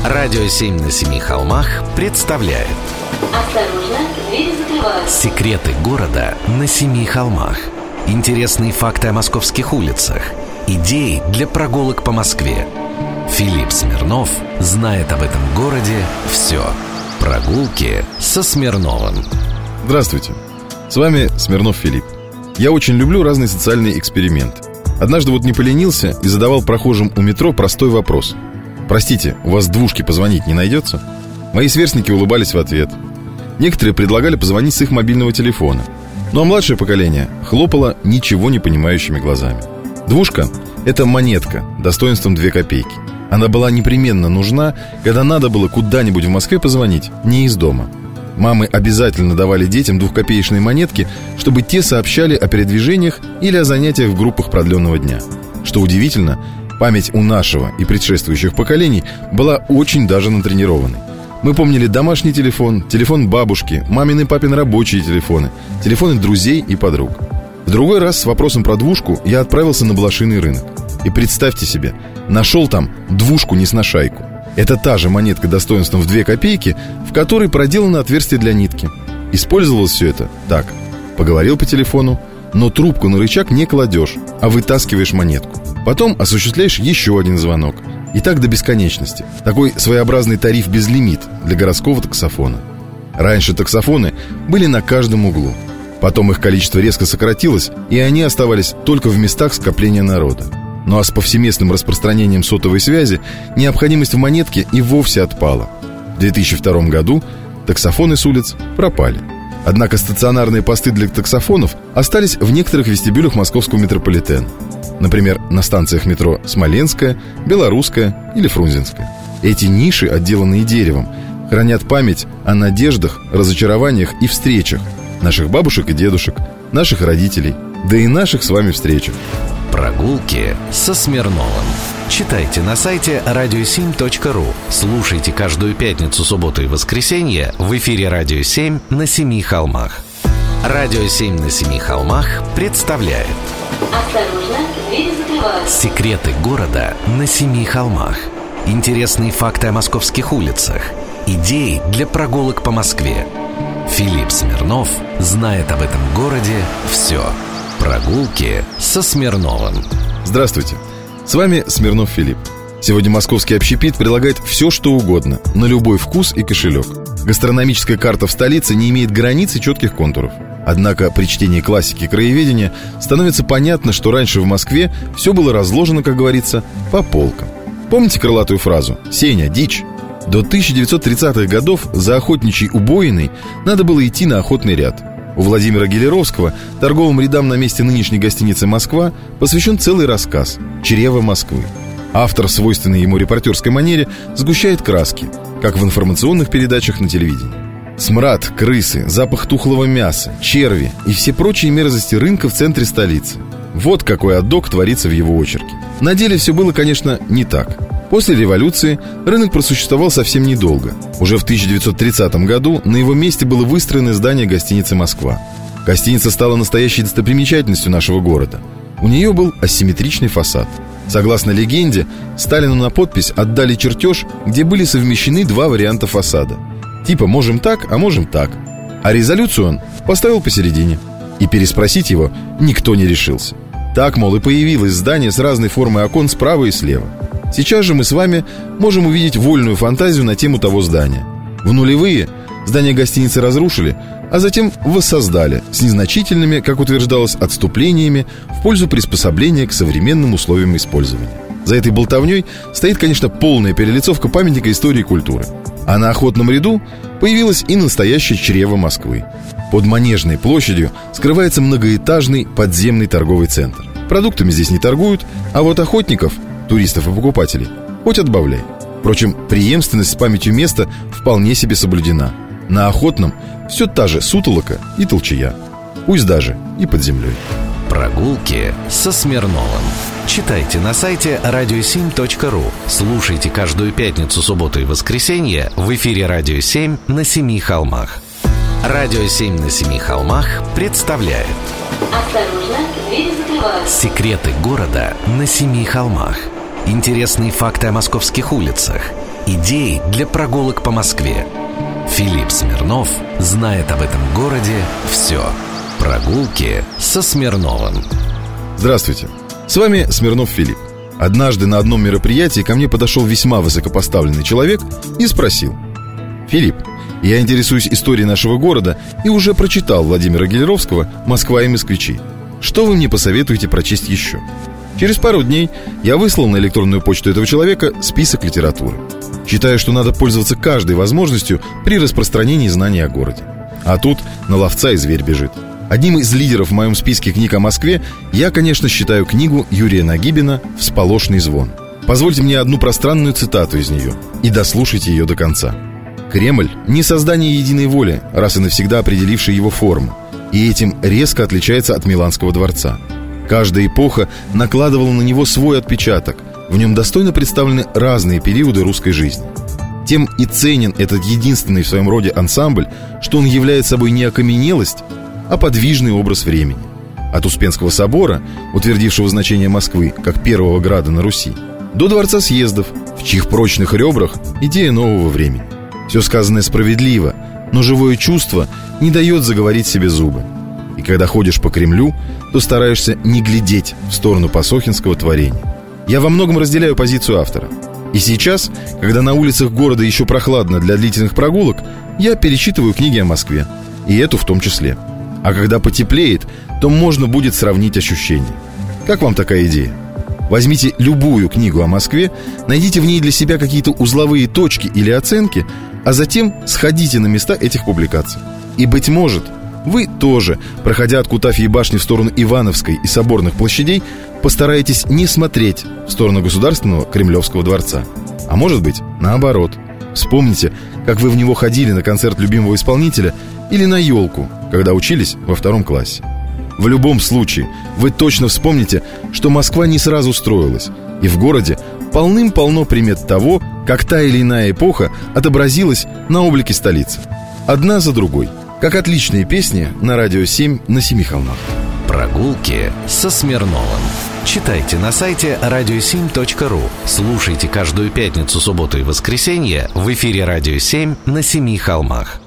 Радио 7 на семи холмах представляет. Осторожно, двери закрываются. Секреты города на семи холмах. Интересные факты о московских улицах. Идеи для прогулок по Москве. Филипп Смирнов знает об этом городе все. Прогулки со Смирновым. Здравствуйте, с вами Смирнов Филипп. Я очень люблю разные социальные эксперименты. Однажды не поленился и задавал прохожим у метро простой вопрос: «Простите, у вас двушки позвонить не найдется?» Мои сверстники улыбались в ответ. Некоторые предлагали позвонить с их мобильного телефона. Ну а младшее поколение хлопало ничего не понимающими глазами. Двушка – это монетка достоинством 2 копейки. Она была непременно нужна, когда надо было куда-нибудь в Москве позвонить, не из дома. Мамы обязательно давали детям 2-копеечные монетки, чтобы те сообщали о передвижениях или о занятиях в группах продленного дня. Что удивительно, память у нашего и предшествующих поколений была очень даже натренированной. Мы помнили домашний телефон, телефон бабушки, мамин и папин рабочие телефоны, телефоны друзей и подруг. В другой раз с вопросом про двушку я отправился на блошиный рынок. И представьте себе, нашел там двушку несношайку. Это та же монетка достоинством в 2 копейки, в которой проделано отверстие для нитки. Использовалось все это так: поговорил по телефону, но трубку на рычаг не кладешь, а вытаскиваешь монетку. Потом осуществляешь еще один звонок. И так до бесконечности. Такой своеобразный тариф-безлимит для городского таксофона. Раньше таксофоны были на каждом углу. Потом их количество резко сократилось, и они оставались только в местах скопления народа. Ну а с повсеместным распространением сотовой связи необходимость в монетке и вовсе отпала. В 2002 году таксофоны с улиц пропали. Однако стационарные посты для таксофонов остались в некоторых вестибюлях московского метрополитена. Например, на станциях метро Смоленская, Белорусская или Фрунзенская. Эти ниши, отделанные деревом, хранят память о надеждах, разочарованиях и встречах наших бабушек и дедушек, наших родителей, да и наших с вами встречах. Прогулки со Смирновым. Читайте на сайте radio7.ru. Слушайте каждую пятницу, субботу и воскресенье в эфире «Радио 7» на семи холмах. «Радио 7» на семи холмах представляет. Осторожно, двери закрываются. Секреты города на семи холмах. Интересные факты о московских улицах. Идеи для прогулок по Москве. Филипп Смирнов знает об этом городе все. Прогулки со Смирновым. Здравствуйте, с вами Смирнов Филипп. Сегодня московский общепит предлагает все, что угодно, на любой вкус и кошелек. Гастрономическая карта в столице не имеет границ и четких контуров. Однако при чтении классики краеведения становится понятно, что раньше в Москве все было разложено, как говорится, по полкам. Помните крылатую фразу «Сеня, дичь»? До 1930-х годов за охотничьей убоиной надо было идти на охотный ряд. У Владимира Гелеровского торговым рядам на месте нынешней гостиницы «Москва» посвящен целый рассказ «Чрево Москвы». Автор в свойственной ему репортерской манере сгущает краски, как в информационных передачах на телевидении. Смрад, крысы, запах тухлого мяса, черви и все прочие мерзости рынка в центре столицы. Вот какой адок творится в его очерке. На деле все было, конечно, не так. После революции рынок просуществовал совсем недолго. Уже в 1930 году на его месте было выстроено здание гостиницы «Москва». Гостиница стала настоящей достопримечательностью нашего города. У нее был асимметричный фасад. Согласно легенде, Сталину на подпись отдали чертеж, где были совмещены 2 варианта фасада. Типа «можем так, а можем так». А резолюцию он поставил посередине. И переспросить его никто не решился. Так, мол, и появилось здание с разной формой окон справа и слева. Сейчас же мы с вами можем увидеть вольную фантазию на тему того здания. В нулевые здание гостиницы разрушили, а затем воссоздали с незначительными, как утверждалось, отступлениями в пользу приспособления к современным условиям использования. За этой болтовней стоит, конечно, полная перелицовка памятника истории и культуры. А на Охотном ряду появилось и настоящее чрево Москвы. Под Манежной площадью скрывается многоэтажный подземный торговый центр. Продуктами здесь не торгуют, а вот охотников, туристов и покупателей, хоть отбавляй. Впрочем, преемственность с памятью места вполне себе соблюдена. На Охотном все та же сутолока и толчая, пусть даже и под землей. Прогулки со Смирновым. Читайте на сайте radio7.ru. Слушайте каждую пятницу, субботу и воскресенье в эфире «Радио 7» на семи холмах. «Радио 7» на семи холмах представляет. Осторожно, двери закрываются. Секреты города на семи холмах. Интересные факты о московских улицах. идеи для прогулок по Москве. Филипп Смирнов знает об этом городе все. Прогулки со Смирновым. Здравствуйте, с вами Смирнов Филипп. Однажды на одном мероприятии ко мне подошел весьма высокопоставленный человек и спросил: «Филипп, я интересуюсь историей нашего города и уже прочитал Владимира Гелеровского «Москва и москвичи. Что вы мне посоветуете прочесть еще?» Через пару дней я выслал на электронную почту этого человека список литературы. Считаю, что надо пользоваться каждой возможностью при распространении знаний о городе. А тут на ловца и зверь бежит. Одним из лидеров в моем списке книг о Москве я, конечно, считаю книгу Юрия Нагибина «Всполошный звон». Позвольте мне одну пространную цитату из нее и дослушайте ее до конца. «Кремль – не создание единой воли, раз и навсегда определившей его форму, и этим резко отличается от Миланского дворца. Каждая эпоха накладывала на него свой отпечаток, в нем достойно представлены разные периоды русской жизни. Тем и ценен этот единственный в своем роде ансамбль, что он является собой не окаменелость, а подвижный образ времени. От Успенского собора, утвердившего значение Москвы как первого града на Руси, до Дворца съездов, в чьих прочных ребрах идея нового времени. Все сказанное справедливо, но живое чувство не дает заговорить себе зубы. И когда ходишь по Кремлю, то стараешься не глядеть в сторону пасохинского творения. Я во многом разделяю позицию автора. И сейчас, когда на улицах города еще прохладно для длительных прогулок, я перечитываю книги о Москве, и эту в том числе. А когда потеплеет, то можно будет сравнить ощущения. Как вам такая идея? Возьмите любую книгу о Москве, найдите в ней для себя какие-то узловые точки или оценки, а затем сходите на места этих публикаций. И, быть может, вы тоже, проходя от Кутафьей башни в сторону Ивановской и Соборных площадей, постараетесь не смотреть в сторону Государственного Кремлевского дворца. А может быть, наоборот. Вспомните, как вы в него ходили на концерт любимого исполнителя или на елку, когда учились во 2 классе. В любом случае, вы точно вспомните, что Москва не сразу строилась, и в городе полным-полно примет того, как та или иная эпоха отобразилась на облике столицы. Одна за другой, как отличные песни на радио 7 на Семи холмах. Прогулки со Смирновым. Читайте на сайте radio7.ru. Слушайте каждую пятницу, субботу и воскресенье в эфире радио 7 на Семи холмах.